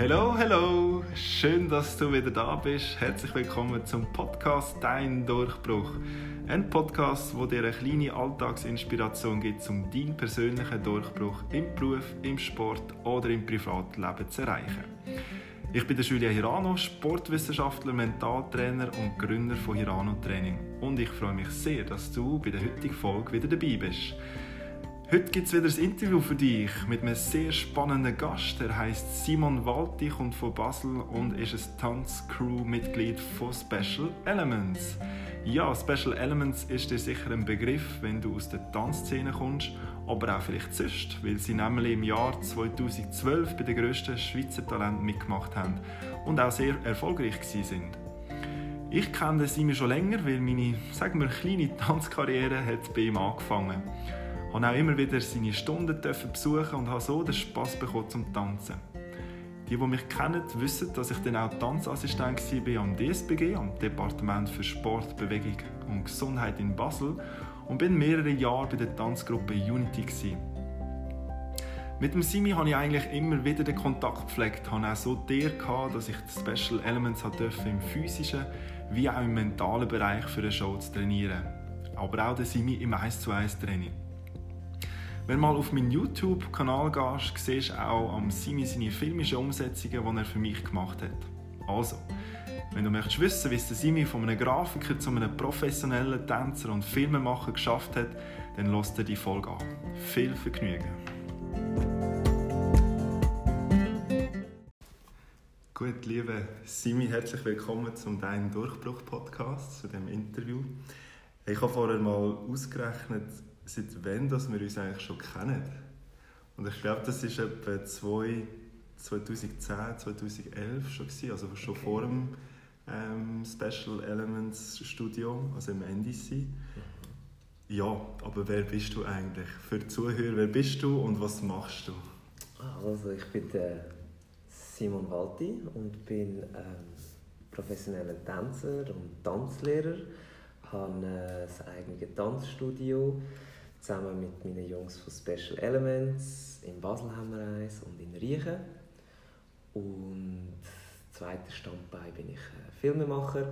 Hello, hello! Schön, dass du wieder da bist. Herzlich willkommen zum Podcast «Dein Durchbruch». Ein Podcast, der dir eine kleine Alltagsinspiration gibt, um deinen persönlichen Durchbruch im Beruf, im Sport oder im Privatleben zu erreichen. Ich bin der Julia Hirano, Sportwissenschaftler, Mentaltrainer und Gründer von Hirano Training. Und ich freue mich sehr, dass du bei der heutigen Folge wieder dabei bist. Heute gibt es wieder ein Interview für dich mit einem sehr spannenden Gast. Er heisst Simon Walti, kommt von Basel und ist ein Tanzcrew-Mitglied von Special Elements. Ja, Special Elements ist dir sicher ein Begriff, wenn du aus der Tanzszene kommst, aber auch vielleicht sonst, weil sie nämlich im Jahr 2012 bei den grössten Schweizer Talenten mitgemacht haben und auch sehr erfolgreich waren. Ich kenne Simon schon länger, weil meine, sagen wir, kleine Tanzkarriere hat bei ihm angefangen. Ich durfte auch immer wieder seine Stunden besuchen und habe so den Spass bekommen zum Tanzen. Die mich kennen, wissen, dass ich dann auch Tanzassistent war am DSBG, am Departement für Sport, Bewegung und Gesundheit in Basel und bin mehrere Jahre bei der Tanzgruppe Unity gewesen. Mit dem Simi habe ich eigentlich immer wieder den Kontakt gepflegt. Ich hatte auch so die Ehre, dass ich die Special Elements durfte im physischen wie auch im mentalen Bereich für eine Show zu trainieren. Aber auch den Simi im 1:1 Training. Wenn du mal auf meinen YouTube-Kanal gehst, siehst du auch am Simi seine filmischen Umsetzungen, die er für mich gemacht hat. Also, wenn du möchtest wissen, wie es der Simi von einem Grafiker zu einem professionellen Tänzer und Filmemacher geschafft hat, dann hör dir die Folge an. Viel Vergnügen! Gut, liebe Simi, herzlich willkommen zum «Dein Durchbruch»-Podcast, zu diesem Interview. Ich habe vorher mal ausgerechnet, seit wann wir uns eigentlich schon kennen. Und ich glaube, das war etwa 2010, 2011 schon gewesen, also schon vor dem Special Elements Studio, also im NDC. Ja, aber wer bist du eigentlich? Für die Zuhörer, wer bist du und was machst du? Also ich bin der Simon Walti und bin professioneller Tänzer und Tanzlehrer. Ich habe ein eigenes Tanzstudio zusammen mit meinen Jungs von Special Elements. In Basel haben wir eins und in Riechen. Und zweiter Standbein bin ich Filmemacher.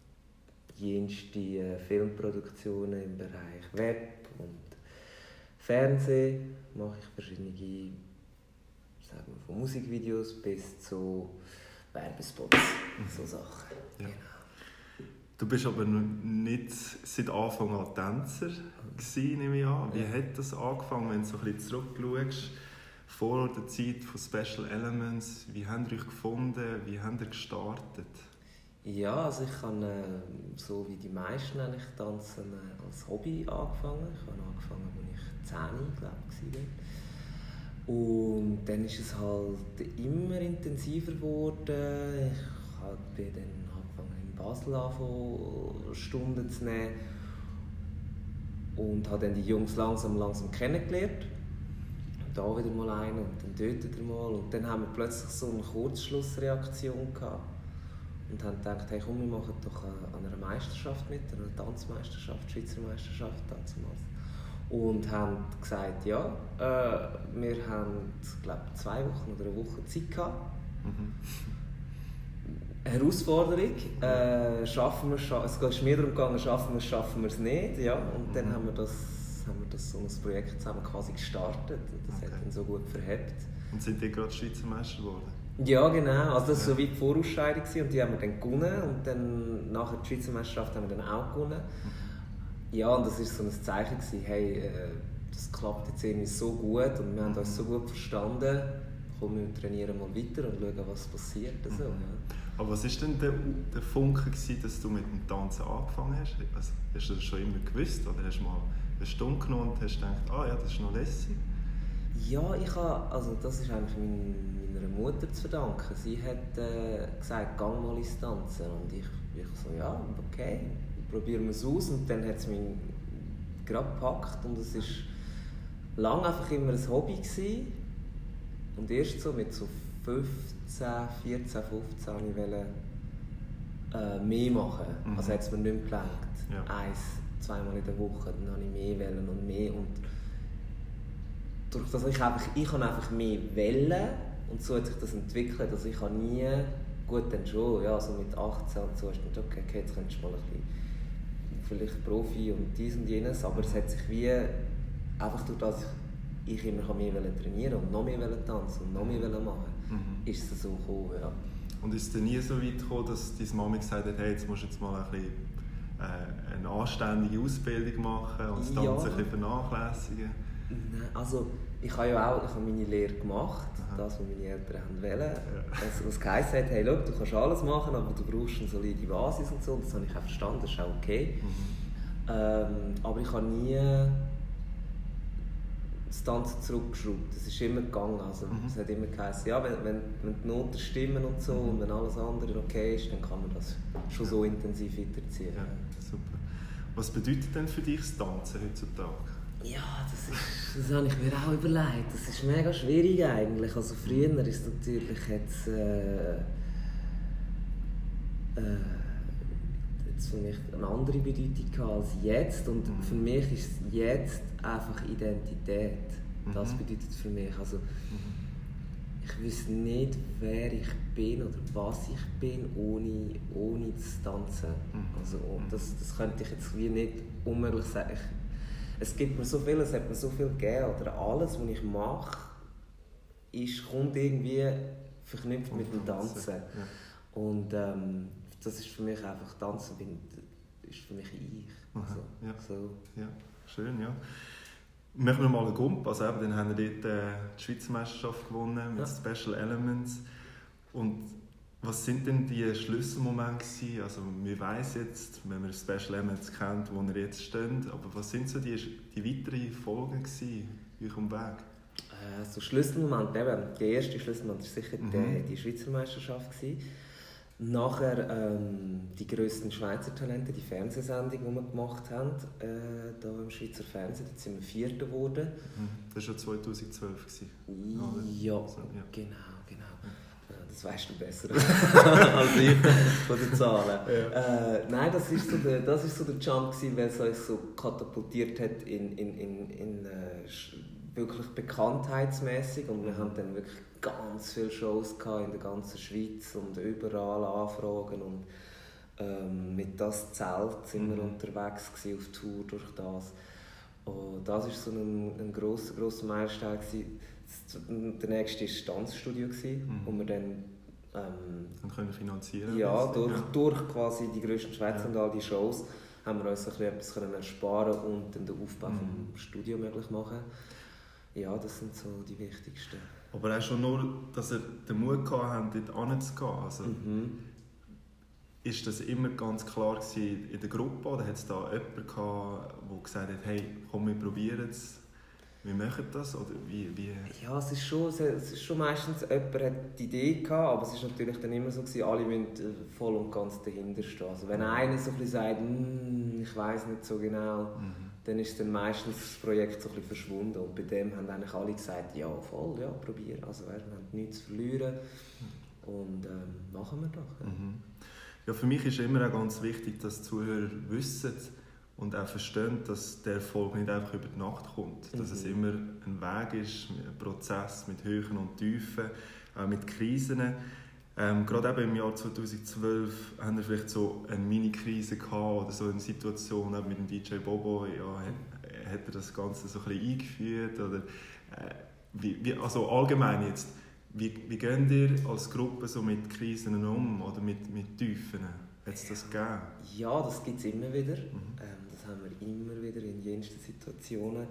Jenste Filmproduktionen im Bereich Web und Fernsehen. Mache ich verschiedene, sagen wir, von Musikvideos bis zu Werbespots, so Sachen. Ja. Genau. Du bist aber nicht seit Anfang an Tänzer gewesen, nehme ich an. Wie hat das angefangen, wenn du so ein bisschen zurückschaust, vor der Zeit von Special Elements? Wie habt ihr euch gefunden? Wie habt ihr gestartet? Ja, also ich habe, so wie die meisten, eigentlich Tanzen als Hobby angefangen. Ich habe angefangen, als ich 10 war. Und dann ist es halt immer intensiver geworden. Ich bin dann Basel angefangen, Stunden zu nehmen und habe dann die Jungs langsam kennengelernt. Da wieder mal einen und dann dort wieder mal. Und dann haben wir plötzlich so eine Kurzschlussreaktion gehabt und haben gedacht, hey komm, wir machen doch an einer Meisterschaft mit, einer Tanzmeisterschaft, Schweizer Meisterschaft damals. Und haben gesagt, ja, wir haben, glaube 2 Wochen oder eine Woche Zeit gehabt. Herausforderung, schaffen wir es ist mir darum gegangen, schaffen wir es nicht, ja, und dann haben wir das so ein Projekt zusammen quasi gestartet und das hat dann so gut verhebt. Und sind die gerade Schweizer Meister geworden? Ja, genau, also das war so wie die Vorausscheidung und die haben wir dann gewonnen und dann nachher die Schweizer Meisterschaft haben wir dann auch gewonnen. Ja, und das war so ein Zeichen gewesen, hey, das klappt jetzt irgendwie so gut und wir haben uns so gut verstanden, komm, wir trainieren mal weiter und schauen, was passiert. Also, ja. Aber was war denn der Funke, dass du mit dem Tanzen angefangen hast? Also, hast du das schon immer gewusst oder hast du mal eine Stunde genommen und hast gedacht, ja, das ist noch lässig? Ja, das ist eigentlich meiner Mutter zu verdanken. Sie hat gesagt, geh mal ins Tanzen. Und ich so, ja, okay, probieren wir es aus. Und dann hat es mich gerade gepackt und es war lange einfach immer ein Hobby gewesen. Und erst so mit so 14, 15 wollte ich mehr machen. Also hat es mir nicht mehr gelangt. Ja. 1-2 Mal in der Woche, dann habe ich mehr wollen und mehr. Und durch das ich habe einfach mehr wollen, Und so hat sich das entwickelt. Also ich habe nie, gut dann schon, ja, so mit 18 und so, hast du gedacht, okay, jetzt könntest du mal ein bisschen, vielleicht Profi und dies und jenes, aber es hat sich wie, einfach durch das ich immer mehr trainieren und noch mehr tanzen und noch mehr machen, ist es so gekommen, ja. Und ist es denn nie so weit gekommen, dass deine Mama gesagt hat, hey, jetzt musst du jetzt mal ein bisschen eine anständige Ausbildung machen und das Tanzen ein bisschen vernachlässigen? Nein, also ich habe ja auch meine Lehre gemacht, das, was meine Eltern wollten. Ja. Was geheißen hat, hey, schau, du kannst alles machen, aber du brauchst eine solide Basis und so. Und das habe ich auch verstanden, das ist auch okay. Aber ich habe nie das Tanzen zurückgeschraubt. Das ist immer gegangen. Also, es hat immer geheißen, ja, wenn die Noten stimmen und so und wenn alles andere okay ist, dann kann man das schon so intensiv weiterziehen. Ja, super. Was bedeutet denn für dich das Tanzen heutzutage? Ja, das habe ich mir auch überlegt. Das ist mega schwierig eigentlich. Also früher ist natürlich jetzt für mich eine andere Bedeutung als jetzt. Und für mich ist jetzt einfach Identität. Das bedeutet für mich. Also, ich wüsste nicht, wer ich bin oder was ich bin, ohne das Tanzen. Also, das könnte ich jetzt wie nicht unmöglich sagen. Es gibt mir so viel, es hat mir so viel gegeben. Oder alles, was ich mache, kommt irgendwie verknüpft mit dem Tanzen. Ja. Und das ist für mich einfach, Tanzen ist für mich ich. Also, ja. So. Ja, schön, ja. Machen wir mal einen Gump. Also eben, dann haben wir dort die Schweizer Meisterschaft gewonnen mit Special Elements. Und was sind denn die Schlüsselmomente gewesen? Also wir weiss jetzt, wenn man Special Elements kennt, wo wir jetzt stehen, aber was sind so die weiteren Folgen gewesen, auf eurem Weg? So Schlüsselmoment, eben, der erste Schlüsselmoment war sicher die Schweizer Meisterschaft gewesen. Nachher die grössten Schweizer Talente, die Fernsehsendung, die wir gemacht haben, hier im Schweizer Fernsehen, da sind wir Vierter geworden. Das war schon 2012 gewesen. Ja, so, ja. Genau. Das weißt du besser als ich von den Zahlen. Ja. Nein, das war so der Jump gewesen, weil es uns so katapultiert hat in wirklich bekanntheitsmäßig, und wir haben dann wirklich ganz viele Shows in der ganzen Schweiz und überall Anfragen, und mit das Zelt sind wir unterwegs gewesen, auf Tour durch das. Und das war so ein grosser Meilenstein gewesen. Der nächste war das Tanzstudio, wo wir dann können finanzieren. Ja, durch quasi die grössten Schweizer und all die Shows haben wir uns etwas ersparen und dann den Aufbau vom Studio möglich machen. Ja, das sind so die wichtigsten. Aber auch schon nur, dass ihr den Mut hatte, dort hinzugehen. Also, ist das immer ganz klar gewesen in der Gruppe, oder hat es da jemanden gehabt, der gesagt hat, hey, komm, wir probieren es, wir machen das? Oder wie? Ja, es ist schon meistens, jemand hat die Idee gehabt, aber es ist natürlich dann immer so gewesen, alle müssen voll und ganz dahinter stehen. Also wenn einer so ein bisschen sagt, ich weiss nicht so genau, dann ist dann meistens das Projekt so ein bisschen verschwunden. Und bei dem haben eigentlich alle gesagt, ja voll, ja, probieren. Also wir haben nichts zu verlieren und machen wir doch. Ja. Ja, für mich ist immer auch ganz wichtig, dass die Zuhörer wissen und auch verstehen, dass der Erfolg nicht einfach über die Nacht kommt. Dass es immer ein Weg ist, ein Prozess mit Höhen und Tiefen, auch mit Krisen. Gerade eben im Jahr 2012 haben wir vielleicht so eine Mini-Krise gehabt oder so eine Situation mit dem DJ Bobo. Ja, hat er das Ganze so ein bisschen eingeführt? Oder, also allgemein jetzt, wie geht ihr als Gruppe so mit Krisen um oder mit Tiefen? Hat es das gegeben? Ja, das gibt es immer wieder. Das haben wir immer wieder in jensten Situationen.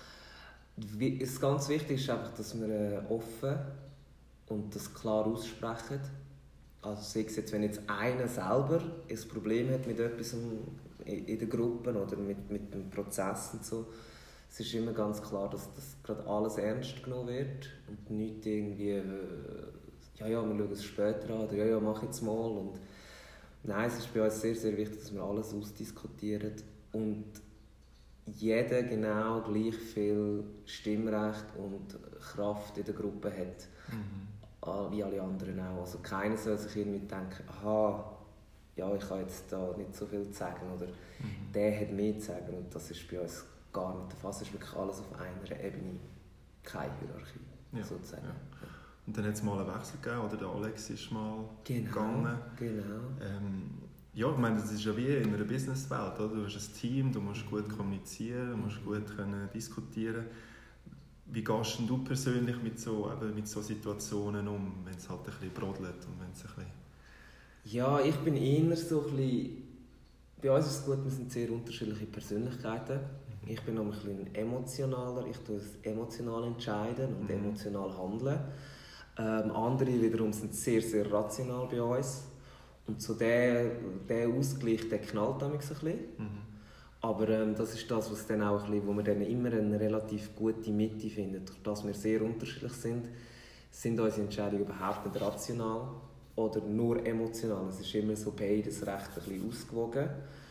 Das ganz Wichtige ist einfach, dass wir offen und das klar aussprechen. Also sei es jetzt, wenn jetzt einer selber ein Problem hat mit etwas in der Gruppe oder mit dem Prozess und so, es ist immer ganz klar, dass das gerade alles ernst genommen wird und nicht irgendwie wir schauen es später an oder ja, mach jetzt mal. Und nein, es ist bei uns sehr, sehr wichtig, dass wir alles ausdiskutieren und jeder genau gleich viel Stimmrecht und Kraft in der Gruppe hat, wie alle anderen auch. Also keiner soll sich irgendwie denken, ja, ich kann jetzt da nicht so viel zu sagen oder der hat mehr zu sagen, und das ist bei uns gar nicht der Fall. Es ist wirklich alles auf einer Ebene, keine Hierarchie sozusagen. Ja. Und dann hat es mal einen Wechsel gegeben, oder der Alex ist mal gegangen. Genau. Ja, ich meine, das ist ja wie in einer Businesswelt, oder? Du hast ein Team, du musst gut kommunizieren, du musst gut können diskutieren. Wie gehst du persönlich mit so Situationen um, wenn es halt ein bisschen brodelt und wenn es ein bisschen... Ja, ich bin eher so ein bisschen... Bei uns ist es gut, wir sind sehr unterschiedliche Persönlichkeiten. Ich bin noch ein bisschen emotionaler, ich tue es emotional entscheiden und emotional handeln. Andere wiederum sind sehr, sehr rational bei uns. Und so der Ausgleich, der knallt ein bisschen. Aber das ist das, was dann auch ein bisschen, wo wir dann immer eine relativ gute Mitte finden. Durch das wir sehr unterschiedlich sind unsere Entscheidungen überhaupt nicht rational oder nur emotional. Es ist immer so beides recht ein bisschen ausgewogen.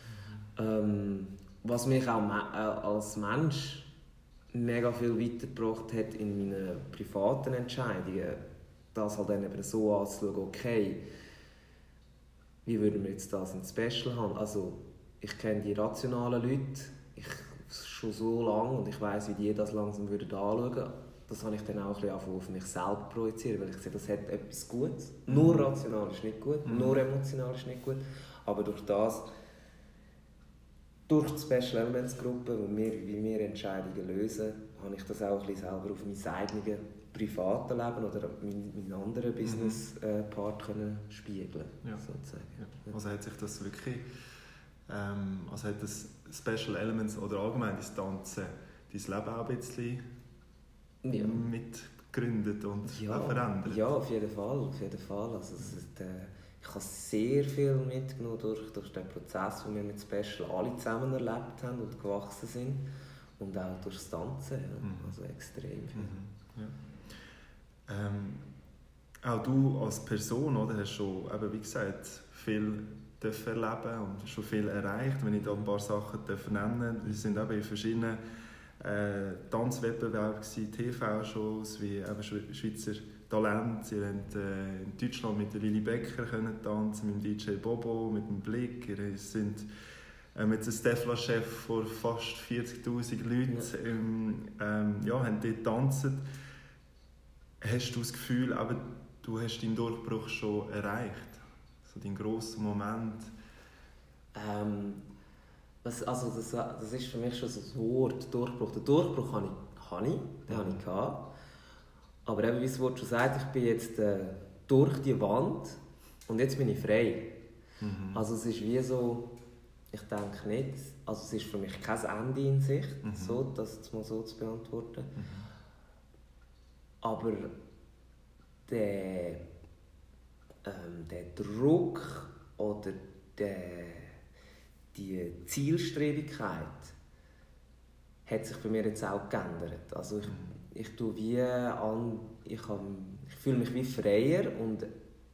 Was mich auch als Mensch mega viel weitergebracht hat in meinen privaten Entscheidungen, das halt dann eben so anzuschauen, okay, wie würden wir jetzt das in Special haben? Also, ich kenne die rationalen Leute schon so lange und ich weiss, wie die das langsam anschauen würden. Das habe ich dann auch ein bisschen auf mich selber projiziert, weil ich sehe, das hat etwas Gutes. Nur rational ist nicht gut, nur emotional ist nicht gut. Aber durch die Special Elements Gruppe, wie wir Entscheidungen lösen, habe ich das auch ein bisschen selber auf mein eigenes privates Leben oder meinen anderen Business-Part spiegeln. Ja. Sozusagen. Ja. Also hat sich das wirklich, also hat das Special Elements oder allgemein Distanzen dein Leben auch ein bisschen mitgegründet und auch verändert? Ja, auf jeden Fall. Also ich habe sehr viel mitgenommen durch den Prozess, den wir mit Special alle zusammen erlebt haben und gewachsen sind. Und auch durch das Tanzen, also extrem viel. Ja. Auch du als Person, oder, hast schon, wie gesagt, viel erleben und schon viel erreicht. Wenn ich da ein paar Sachen nennen darf, wir sind in verschiedenen Tanzwettbewerben, TV-Shows wie Schweizer Talent. Sie haben in Deutschland mit der Lili Becker tanzen, mit dem DJ Bobo, mit dem Blick. Sie sind mit dem Stefla-Chef vor fast 40'000 Leuten haben dort getanzt. Hast du das Gefühl, du hast deinen Durchbruch schon erreicht? So deinen grossen Moment? Das ist für mich schon so ein Wort, Durchbruch. Den Durchbruch hatte ich. Aber eben, wie das Wort schon sagt, ich bin jetzt durch die Wand und jetzt bin ich frei. Also es ist wie so, ich denke nicht, also es ist für mich kein Ende in Sicht, so, das jetzt mal so zu beantworten. Aber der Druck oder die Zielstrebigkeit hat sich bei mir jetzt auch geändert. Also ich fühle mich wie freier und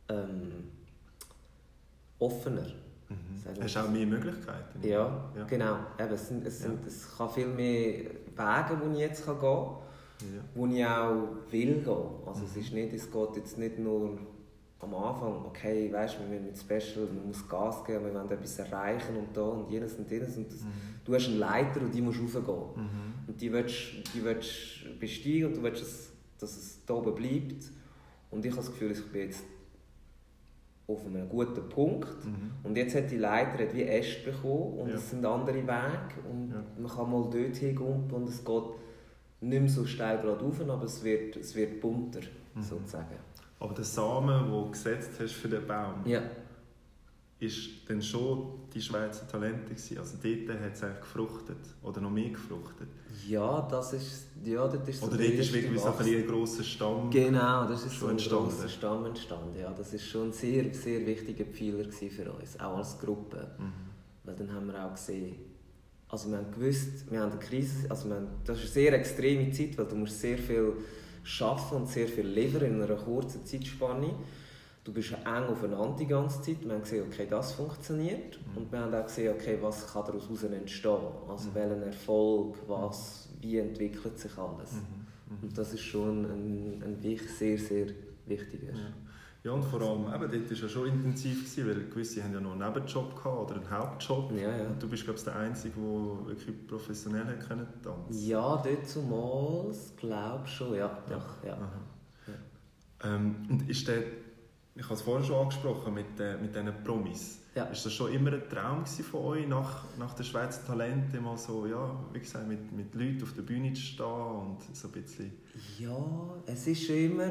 offener. Hast du auch mehr Möglichkeiten? Ja. Genau. Es kann viel mehr Wege, die ich jetzt gehen kann, wo ich auch will gehen. Also es geht jetzt nicht nur am Anfang, okay, weißt, wir müssen mit Special, man muss Gas geben, wir wollen etwas erreichen und da und jenes und jenes. Und du hast eine Leiter und die musst raufgehen. Und die willst besteigen und du willst, dass es da oben bleibt. Und ich habe das Gefühl, ich bin jetzt auf einem guten Punkt. Und jetzt hat die Leiter wie Äste bekommen und es sind andere Wege. Und man kann mal dort hingumpen und es geht nicht mehr so steil gerade rauf, aber es wird bunter, sozusagen. Aber der Samen, den du gesetzt hast für den Baum, ist dann schon die Schweizer Talente gewesen? Also dort hat es eigentlich gefruchtet oder noch mehr gefruchtet? Ja, dort ist so. Oder dort ist wirklich so ein grosser Stamm. Genau, das ist so ein grosser Stamm entstanden. Ja, das war schon ein sehr, sehr wichtiger Pfeiler für uns, auch als Gruppe. Weil dann haben wir auch gesehen, also wir haben gewusst, wir haben eine Krise, das ist eine sehr extreme Zeit, weil du musst sehr viel arbeiten und sehr viel liefern in einer kurzen Zeitspanne. Du bist eng aufeinander die ganze Zeit. Wir haben gesehen, okay, das funktioniert. Und wir haben auch gesehen, okay, was kann daraus entstehen? Also welchen Erfolg, wie entwickelt sich alles? Und das ist schon ein sehr, sehr wichtiger. Ja, und vor allem, dort war es ja schon intensiv, weil gewisse haben ja noch einen Nebenjob gehabt oder einen Hauptjob. Ja. Und du bist, glaube ich, der Einzige, der wirklich professionell tanzen konnte. Ja, dort zumals, glaube ich schon, ja. Doch, ja. Und ist der, ich habe es vorhin schon angesprochen, mit diesen Promis. Ja. Ist das schon immer ein Traum von euch, nach den Schweizer Talenten mal so, ja, wie gesagt, mit Leuten auf der Bühne zu stehen und so ein bisschen... Ja, es ist schon immer...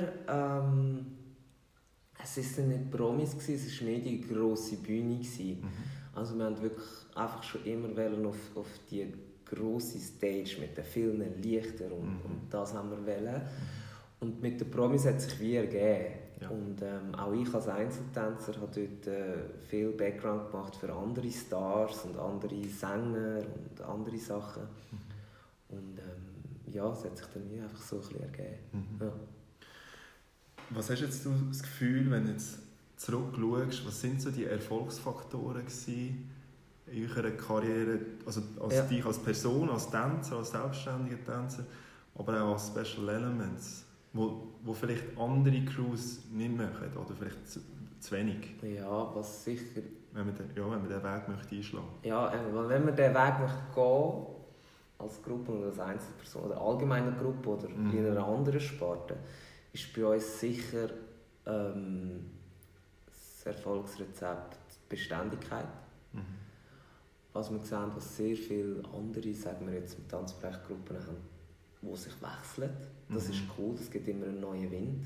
es waren nicht Promis, es war mehr die grosse Bühne. Mhm. Also wir wollten wirklich einfach schon immer auf die grosse Stage mit den vielen Lichtern und das haben wir wollen. Und mit den Promis hat es sich wie ergeben. Ja. Und auch ich als Einzeltänzer habe dort viel Background gemacht für andere Stars und andere Sänger und andere Sachen. Und ja, es hat sich dann wie einfach so ein bisschen ergeben. Ja. Was hast jetzt du das Gefühl, wenn du jetzt zurückschaust, was sind so die Erfolgsfaktoren gewesen in eurer Karriere, also als dich als Person, als Tänzer, als selbstständiger Tänzer, aber auch als Special Elements, wo vielleicht andere Crews nicht machen oder vielleicht zu wenig? Ja, was sicher... Wenn man den Weg möchte einschlagen möchte. Ja, wenn man den Weg möchte gehen, als Gruppe oder als Einzelperson oder allgemeine Gruppe oder in einer anderen Sparte, ist bei uns sicher das Erfolgsrezept Beständigkeit. Was wir sehen, was sehr viele andere, sagen wir jetzt, mit Tanzbereichgruppen haben, die sich wechseln. Das ist cool, es gibt immer einen neuen Wind.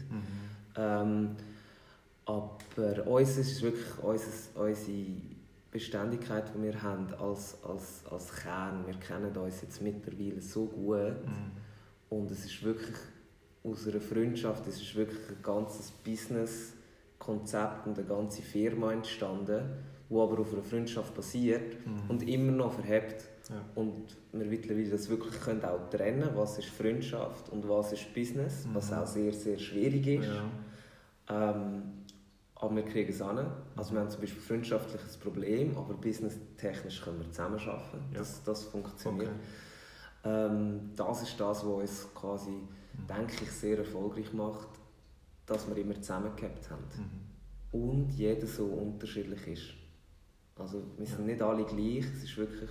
Aber uns ist wirklich unsere Beständigkeit, die wir haben als Kern. Wir kennen uns jetzt mittlerweile so gut. Und es ist wirklich aus einer Freundschaft, es ist wirklich ein ganzes Business-Konzept und eine ganze Firma entstanden, die aber auf einer Freundschaft basiert und immer noch verhebt. Ja. Und wir mittlerweile das wirklich können auch trennen, was ist Freundschaft und was ist Business, was auch sehr, sehr schwierig ist. Ja. Aber wir kriegen es an. Also wir haben zum Beispiel freundschaftliches Problem, aber businesstechnisch können wir zusammenarbeiten. Ja. Das funktioniert. Okay. Das ist das, was uns quasi, denke ich, sehr erfolgreich macht, dass wir immer zusammengehabt haben. Und jeder so unterschiedlich ist. Also wir sind nicht alle gleich, es ist wirklich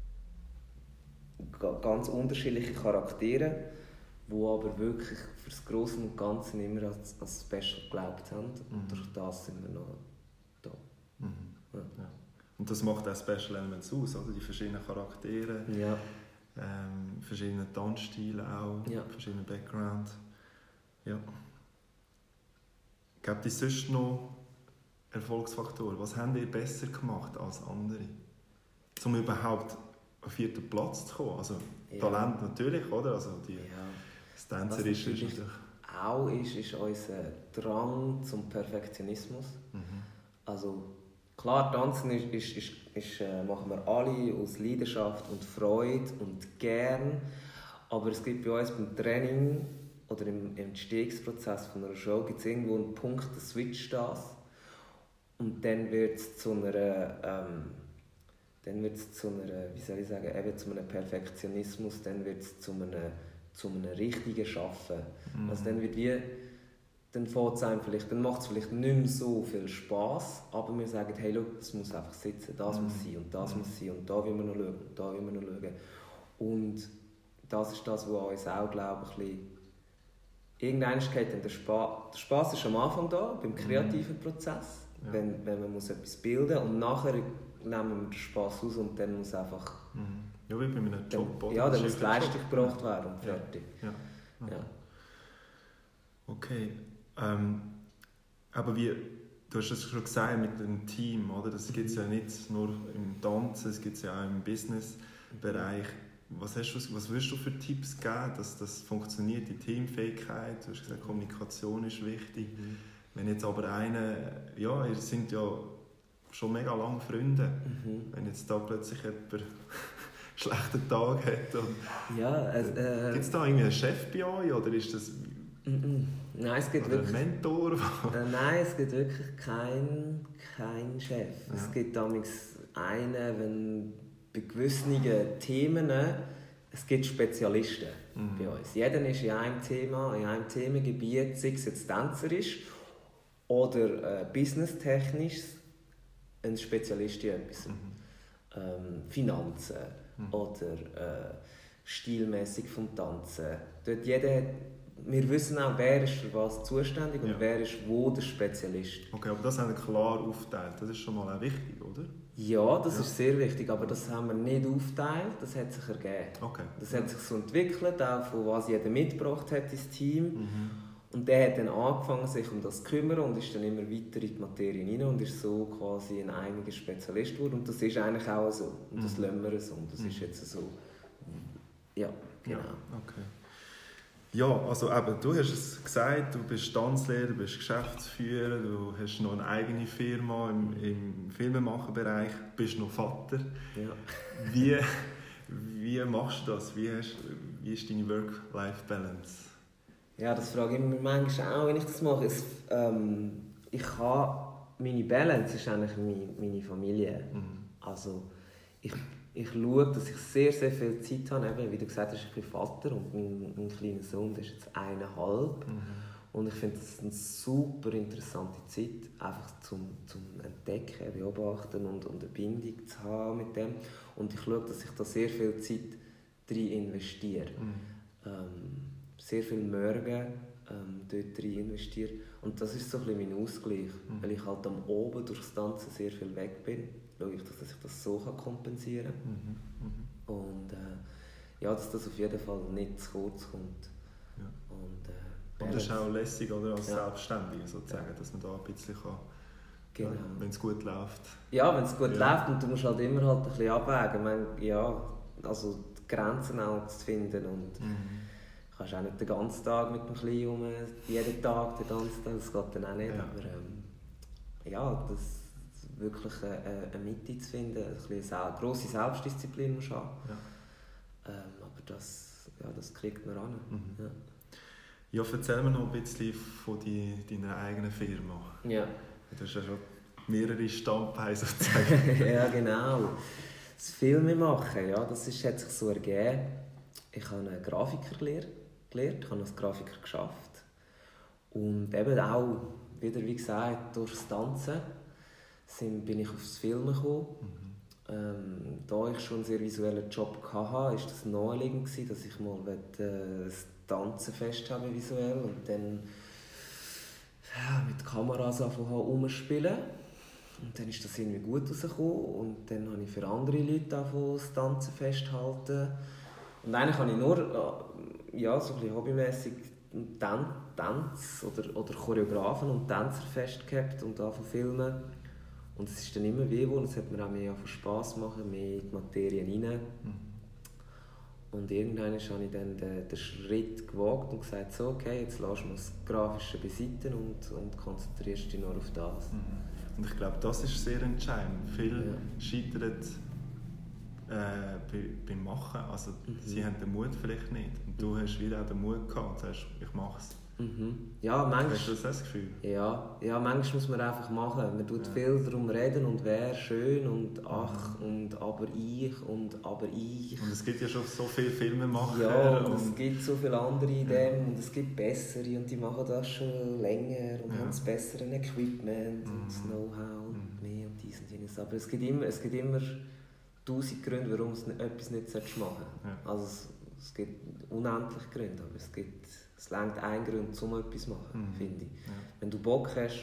ganz unterschiedliche Charaktere, die aber wirklich für das Grosse und Ganze immer als Special geglaubt haben. Und durch das sind wir noch da. Ja. Ja. Und das macht auch Special Elements aus, oder? Die verschiedenen Charaktere, verschiedene Tanzstile auch, verschiedene Background. Ja. Gibt es sonst noch Erfolgsfaktoren? Was habt ihr besser gemacht als andere? Um überhaupt auf 4. Platz zu kommen? Also Talent natürlich, oder? Also das Tänzerische ist natürlich... Auch ist unser Drang zum Perfektionismus. Also klar, Tanzen machen wir alle aus Leidenschaft und Freude und gern. Aber es gibt bei uns beim Training oder im Entstehungsprozess von einer Show gibt's irgendwo einen Punkt, einen Switch das. Und dann wird es zu einer, wie soll ich sagen, eben zu einem Perfektionismus, dann wird es zu einem richtigen Schaffen. Also dann dann macht es vielleicht nicht mehr so viel Spass, aber wir sagen, hey, look, das muss einfach sitzen, das muss sein und das muss sein und da will man noch schauen und da will man noch schauen. Und das ist das, was uns auch, glaube ich, irgendwann geht dann der Spass ist am Anfang da, beim kreativen Prozess. Ja. Wenn man muss etwas bilden muss und nachher nehmen wir den Spass aus und dann muss einfach... Ja, wie bei einem Job. Oder? Ja, dann muss die Leistung gebracht werden und fertig. Ja. Okay. Aber du hast es schon gesagt mit dem Team, oder? Das gibt es ja nicht nur im Tanzen, es gibt es ja auch im Businessbereich. Was würdest du für Tipps geben, dass das funktioniert, die Teamfähigkeit? Du hast gesagt, Kommunikation ist wichtig. Wenn jetzt aber ihr sind ja schon mega lange Freunde, wenn jetzt da plötzlich jemand einen schlechten Tag hat. Gibt es da irgendwie einen Chef bei euch oder ist das Nein, es gibt wirklich ein Mentor? Nein, es gibt wirklich keinen Chef. Ja. Es gibt damals einen, wenn bei gewissen Themen, es gibt Spezialisten bei uns. Jeder ist in einem Thema, in einem Themengebiet, sei es jetzt tänzerisch oder businesstechnisch, ein Spezialist in etwas. Finanzen oder stilmäßig vom Tanzen. Dort jeder wir wissen auch, wer ist für was zuständig und wer ist wo der Spezialist. Okay, aber das haben wir klar aufgeteilt. Das ist schon mal auch wichtig, oder? Ja, das ist sehr wichtig, aber das haben wir nicht aufgeteilt, das hat sich ergeben. Okay. Das hat sich so entwickelt, auch von was jeder mitgebracht hat ins Team. Und der hat dann angefangen, sich um das zu kümmern und ist dann immer weiter in die Materie rein und ist so quasi ein einiger Spezialist geworden. Und das ist eigentlich auch so. Und das lassen wir so. Und das ist jetzt so. Ja, genau. Ja, okay. Ja, also eben, du hast es gesagt, du bist Tanzlehrer, du bist Geschäftsführer, du hast noch eine eigene Firma im Filmemacherbereich, bist noch Vater. Ja. Wie machst du das? Wie ist deine Work-Life-Balance? Ja, das frage ich mich manchmal auch, wenn ich das mache. Meine Balance ist eigentlich meine Familie. Also ich schaue, dass ich sehr, sehr viel Zeit habe. Eben, wie du gesagt hast, ich bin Vater und mein kleiner Sohn der ist jetzt 1,5. Und ich finde, das ist eine super interessante Zeit, einfach zum Entdecken, Beobachten und eine Bindung zu haben mit dem. Und ich schaue, dass ich da sehr viel Zeit drin investiere. Sehr viel Morgen dort rein investiere. Und das ist so ein bisschen mein Ausgleich. Weil ich halt am Oben durch das Tanzen sehr viel weg bin, schaue ich, dass ich das so kompensieren kann. Und dass das auf jeden Fall nicht zu kurz kommt. Ja. Und das ist auch lässig, oder? Als Selbstständiger sozusagen, dass man da ein bisschen kann, genau. Wenn es gut läuft. Ja, wenn es gut läuft und du musst halt immer halt ein bisschen abwägen. Also die Grenzen auch zu finden und du kannst auch nicht den ganzen Tag mit dem Kleinen jeden Tag den ganzen Tag, das geht dann auch nicht. Aber das wirklich eine Mitte zu finden, eine grosse Selbstdisziplin musst du haben. Aber das kriegt man an. Ja, erzähl mir noch ein bisschen von deiner eigenen Firma. Ja. Du hast ja schon mehrere Standbeine sozusagen. Ja, genau. Das Filme machen, hat sich so ergeben. Ich habe einen Grafiker gelernt, ich habe als Grafiker geschafft. Und eben auch, wieder wie gesagt, durch das Tanzen bin ich aufs Filmen gekommen. Da ich schon einen sehr visuellen Job hatte, war das naheliegend, dass ich mal das Tanzen fest habe visuell und dann mit Kameras herumspielen. Und dann ist das irgendwie gut rausgekommen und dann habe ich für andere Leute das Tanzen festgehalten. Und eigentlich habe ich nur so ein bisschen hobbymässig Tanz oder Choreografen und Tänzer festgehabt und filmen. Und es ist dann immer geworden, es hat mir auch mehr Spass gemacht, mehr in die Materie rein. Und irgendwann habe ich dann den Schritt gewagt und gesagt, so, okay, jetzt lässt du das Grafische beiseite und konzentrierst dich nur auf das. Und ich glaube, das ist sehr entscheidend. Viele scheitern beim Machen. Also, sie haben den Mut vielleicht nicht. Und du hast wieder auch den Mut gehabt und sagst, ich mache es. Ja, manchmal, hast du das Gefühl? Ja, manchmal muss man einfach machen. Man tut viel darum reden und wäre schön und ach und aber ich. Und es gibt ja schon so viele Filmemacher. Ja, und es gibt so viele andere in dem und es gibt bessere und die machen das schon länger und haben das bessere Equipment und das Know-how und mehr und dies und jenes. Aber es gibt immer 1000 Gründe, warum es etwas nicht machen sollte. Ja. Also es gibt unendlich Gründe, aber es reicht ein Grund, um etwas zu machen, finde ich. Ja. Wenn du Bock hast,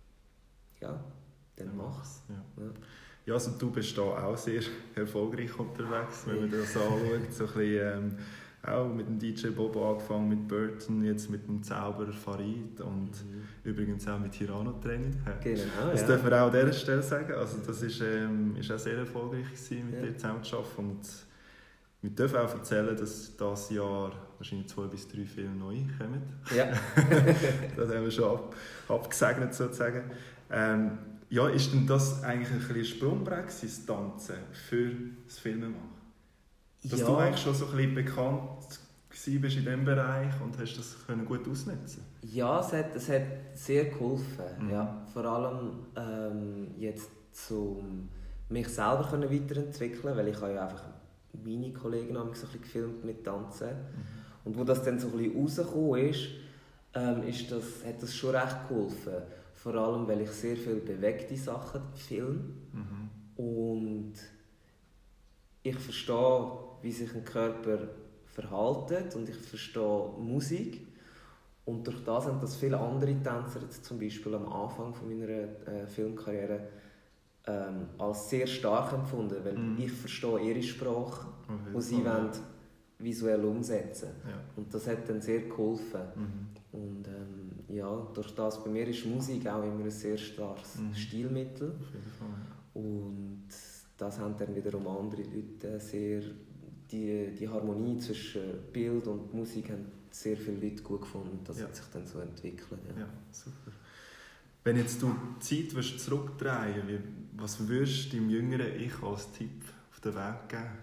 dann mach es. Ja, also du bist da auch sehr erfolgreich unterwegs, wenn man das anschaut. So ein bisschen, auch mit dem DJ Bobo angefangen, mit Burton, jetzt mit dem Zauberer Farid und übrigens auch mit Hirano-Training. Genau, das dürfen wir auch an dieser Stelle sagen. Also das ist auch sehr erfolgreich gewesen, mit dir zusammen zu arbeiten. Und wir dürfen auch erzählen, dass dieses Jahr wahrscheinlich 2 bis 3 Filme neu kommen. Ja. Das haben wir schon abgesegnet sozusagen. Ist denn das eigentlich ein Sprungbrett gewesen, das Tanzen für das Filmemachen? Dass du eigentlich schon so ein bisschen bekannt warst in diesem Bereich und hast das gut ausnutzen? Ja, es hat sehr geholfen. Ja, vor allem jetzt mich selber weiterentwickeln, weil ich ja einfach meine Kollegen haben so ein bisschen gefilmt mit Tanzen. Und wo das dann so ein bisschen rausgekommen ist, hat das schon recht geholfen. Vor allem, weil ich sehr viele bewegte Sachen filme. Und ich verstehe, wie sich ein Körper verhält und ich verstehe Musik. Und durch das haben das viele andere Tänzer, jetzt zum Beispiel am Anfang von meiner Filmkarriere, als sehr stark empfunden, weil ich verstehe ihre Sprache, die sie wollen visuell umsetzen. Ja. Und das hat dann sehr geholfen. Und durch das, bei mir ist Musik auch immer ein sehr starkes Stilmittel. Auf jeden Fall, ja. Und das haben dann wiederum andere Leute sehr, die Harmonie zwischen Bild und Musik haben sehr viele Leute gut gefunden. Das hat sich dann so entwickelt. Ja, super. Wenn jetzt du die Zeit zurückdrehen, was würdest du deinem jüngeren Ich als Tipp auf den Weg geben?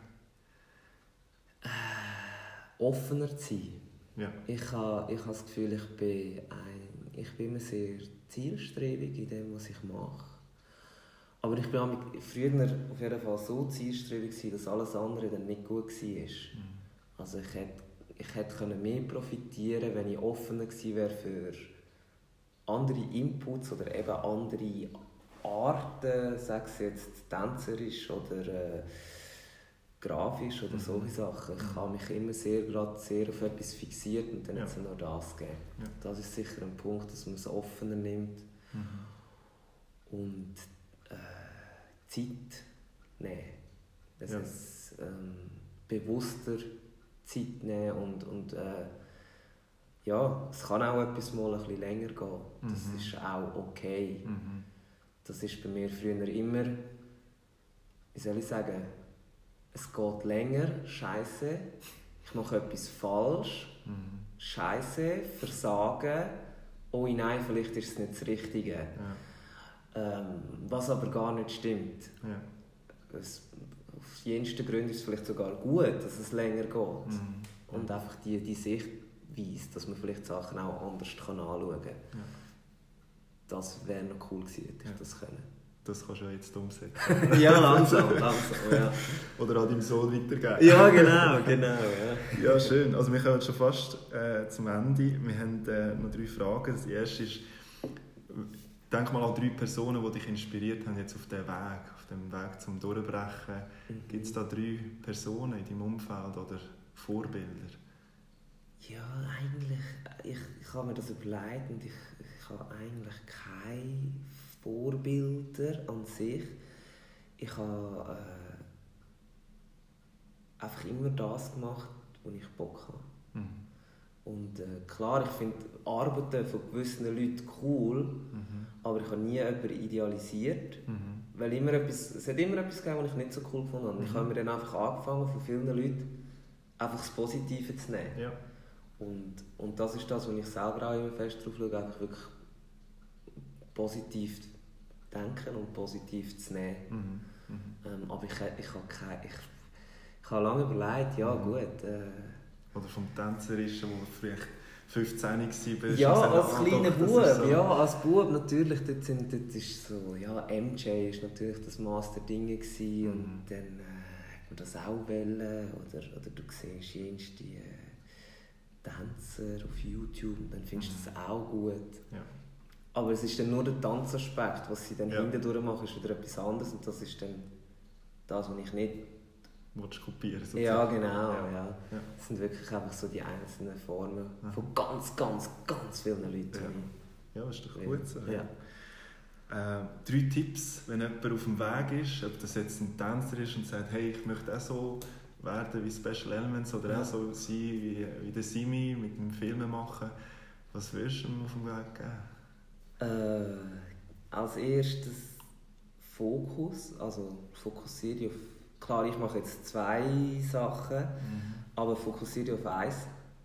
Offener zu sein. Ja. Ich habe das Gefühl, ich bin immer sehr zielstrebig in dem, was ich mache. Aber ich war früher auf jeden Fall so zielstrebig, dass alles andere dann nicht gut war. Also ich hätte mehr profitieren können, wenn ich offener gewesen wäre für andere Inputs oder eben andere Arten, sei es jetzt tänzerisch oder grafisch oder solche Sachen. Ich habe mich immer sehr auf etwas fixiert und dann hat es nur das gegeben. Ja. Das ist sicher ein Punkt, dass man es offener nimmt und Zeit nehmen. Das ist bewusster Zeit nehmen und es kann auch etwas mal ein bisschen länger gehen. Das ist auch okay. Das ist bei mir früher immer, wie soll ich sagen, es geht länger, Scheiße, ich mache etwas falsch, Scheiße, Versagen, oh nein, vielleicht ist es nicht das Richtige. Ja. Was aber gar nicht stimmt. Ja. Aus jensten Gründen ist es vielleicht sogar gut, dass es länger geht. Und einfach die Sichtweise, dass man vielleicht Sachen auch anders anschauen kann. Ja. Das wäre noch cool gewesen, hätte ich das können. Das kannst du ja jetzt umsetzen. Ja, langsam, ja. Oder an deinem Sohn weitergeben. Ja, genau, ja. Ja, schön. Also wir kommen schon fast zum Ende. Wir haben noch 3 Fragen. Die erste ist, denk mal an 3 Personen, die dich inspiriert haben jetzt auf dem Weg zum Durchbrechen. Gibt es da 3 Personen in deinem Umfeld oder Vorbilder? Ja, eigentlich, ich habe mir das überlegt und ich habe eigentlich keine Vorbilder an sich. Ich habe einfach immer das gemacht, wo ich Bock habe. Und klar, ich finde Arbeiten von gewissen Leuten cool, aber ich habe nie jemanden idealisiert, weil es hat immer etwas gegeben, was ich nicht so cool fand. Ich habe mir dann einfach angefangen, von vielen Leuten einfach das Positive zu nehmen. Ja. Und das ist das, wo ich selber auch immer fest drauf schaue, einfach wirklich positiv denken und positiv zu nehmen. Aber ich habe lange überlegt, ja gut. Oder vom Tänzerischen, wo du vielleicht 15 warst. Ja, als kleiner Bub. So. Ja, als Bub natürlich. Dort ist so, ja, MJ war natürlich das Master-Ding und dann hat man das auch wollen. Oder du siehst jenste Tänzer auf YouTube und dann findest du das auch gut. Ja. Aber es ist dann nur der Tanzaspekt, was sie dann hintendurch machen, ist wieder etwas anderes und das ist dann das, was ich nicht kopieren. Ja, genau. Ja. Das sind wirklich einfach so die einzelnen Formen von ganz, ganz, ganz vielen Leuten. Ja, das ist doch gut so. Ja. 3 Tipps, wenn jemand auf dem Weg ist, ob das jetzt ein Tänzer ist und sagt, hey, ich möchte auch so werden wie Special Elements oder auch so sein wie der Simi mit dem Filmen machen. Was würdest du ihm auf dem Weg geben? Als erstes Fokus, also fokussiere dich auf. Klar, ich mache jetzt 2 Sachen, aber fokussiere dich auf eins.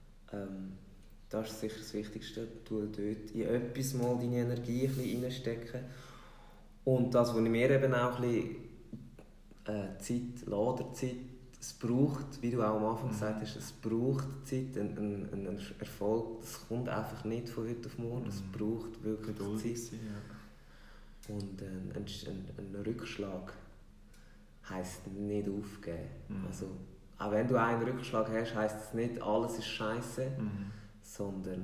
Das ist sicher das Wichtigste. Du dort in etwas mal deine Energie ein bisschen reinstecken. Und das, was ich mir eben auch ein bisschen Laderzeit, es braucht, wie du auch am Anfang gesagt hast, es braucht Zeit, ein Erfolg, das kommt einfach nicht von heute auf morgen, es braucht wirklich Zeit. Ja. Und ein Rückschlag heisst nicht aufgeben. Also, auch wenn du einen Rückschlag hast, heisst es nicht, alles ist scheiße, sondern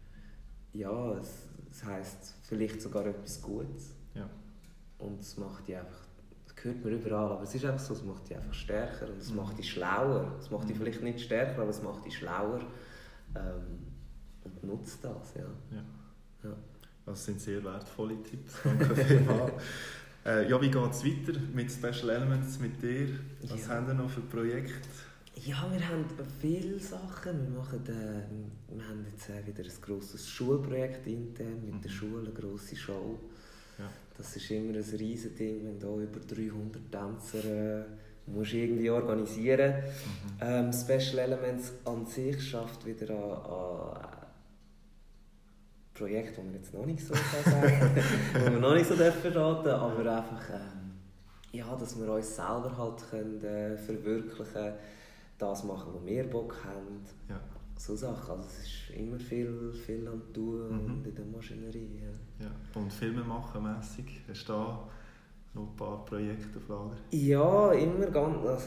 ja, es heisst vielleicht sogar etwas Gutes. Ja. Und es macht dich einfach, das hört man überall, aber es ist einfach so, es macht dich einfach stärker und es macht dich schlauer. Es macht dich vielleicht nicht stärker, aber es macht dich schlauer. und nutze das. Ja. Das sind sehr wertvolle Tipps. Danke vielmals. Ja, wie geht es weiter mit Special Elements, mit dir? Was haben wir noch für Projekte? Ja, wir haben viele Sachen. Wir haben jetzt wieder ein grosses Schulprojekt intern mit der Schule, eine grosse Show. Ja. Das ist immer ein riesiges Ding, wenn du über 300 Tänzer musst irgendwie organisieren. Special Elements an sich schafft wieder an Projekt, das wir jetzt noch nicht so sagen, das wir noch nicht so verraten dürfen, aber einfach, dass wir uns selber halt können, verwirklichen, das machen, wo wir Bock haben. Ja. So Sachen. Also es ist immer viel am Tun und in der Maschinerie. Ja. Und Filme machen mässig, hast du da noch ein paar Projekte auf Lager? Ja, immer ganz,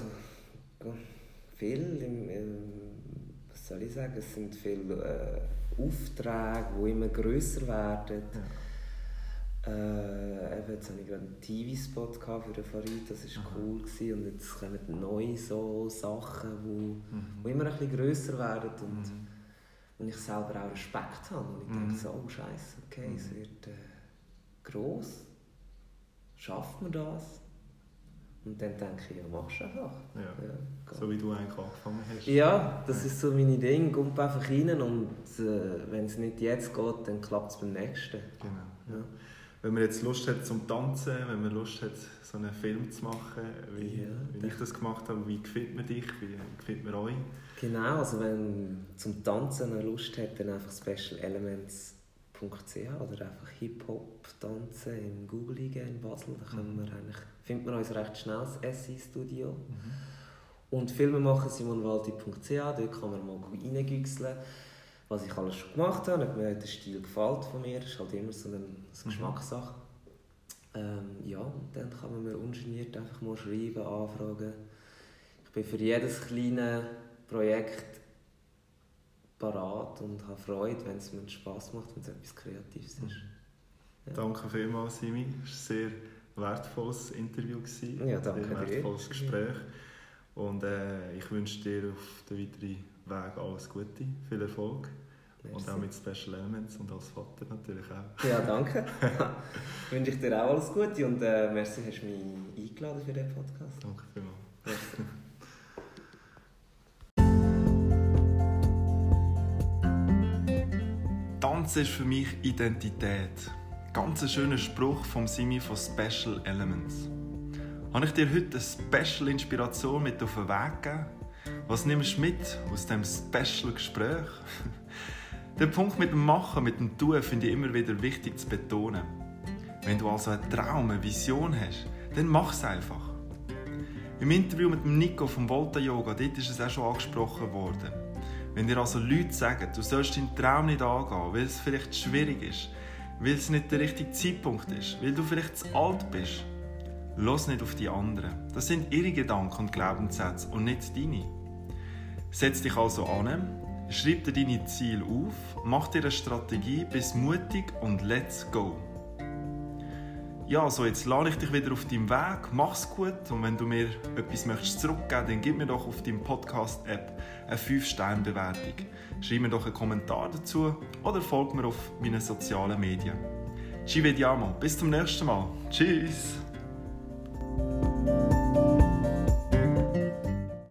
viel. Was soll ich sagen? Es sind viele Aufträge, die immer grösser werden. Ja. Jetzt hatte ich gerade einen TV-Spot für den Farid, das war cool. Und jetzt kommen neue so Sachen, die immer ein bisschen grösser werden und ich selber auch Respekt habe. Und ich denke so, oh Scheiße, okay, es wird gross. Schafft man das? Und dann denke ich, ja, machst du einfach. Ja, so wie du eigentlich angefangen hast. Ja, das ist so meine Ding. Kommt einfach rein und wenn es nicht jetzt geht, dann klappt es beim nächsten. Genau. Ja. Wenn man jetzt Lust hat zum Tanzen, wenn man Lust hat, so einen Film zu machen, wie ich das gemacht habe, wie gefällt man dich, wie gefällt man euch? Genau, also wenn man zum Tanzen Lust hat, dann einfach specialelements.ch oder einfach Hip-Hop-Tanzen in Google eingeben in Basel. Da findet man uns recht schnell, das SI-Studio. Und Filme machen simonwaldi.ch, dort kann man mal reingüchseln, was ich alles schon gemacht habe. Ob mir der Stil gefällt von mir, ist halt immer so eine Geschmackssache. Und dann kann man mir ungeniert einfach mal schreiben, anfragen. Ich bin für jedes kleine Projekt parat und habe Freude, wenn es mir Spass macht, wenn es etwas Kreatives ist. Ja. Danke vielmals, Simi. Es war ein sehr wertvolles Interview. Ja, danke dir. Ein wertvolles Gespräch. Und ich wünsche dir auf dem weiteren Weg alles Gute, viel Erfolg. Merci. Und auch mit Special Elements und als Vater natürlich auch. Ja, danke. Wünsche ich dir auch alles Gute und merci, hast du mich eingeladen für diesen Podcast. Danke vielmals. Tanzen ist für mich Identität. Ganz ein schöner Spruch vom Simi von Special Elements. Habe ich dir heute eine Special Inspiration mit auf den Weg gegeben? Was nimmst du mit aus diesem Special Gespräch? Der Punkt mit dem Machen, mit dem Tun, finde ich immer wieder wichtig zu betonen. Wenn du also einen Traum, eine Vision hast, dann mach es einfach. Im Interview mit dem Nico vom Volta Yoga, dort ist es auch schon angesprochen worden. Wenn dir also Leute sagen, du sollst deinen Traum nicht angehen, weil es vielleicht schwierig ist, weil es nicht der richtige Zeitpunkt ist, weil du vielleicht zu alt bist, lass nicht auf die anderen. Das sind ihre Gedanken und Glaubenssätze und nicht deine. Setz dich also an, schreib dir deine Ziele auf, mach dir eine Strategie, bist mutig und let's go. Ja, so jetzt lade ich dich wieder auf deinem Weg, mach's gut und wenn du mir etwas möchtest zurückgeben, dann gib mir doch auf deinem Podcast-App eine 5-Sterne-Bewertung. Schreib mir doch einen Kommentar dazu oder folg mir auf meinen sozialen Medien. Ci vediamo, bis zum nächsten Mal. Tschüss!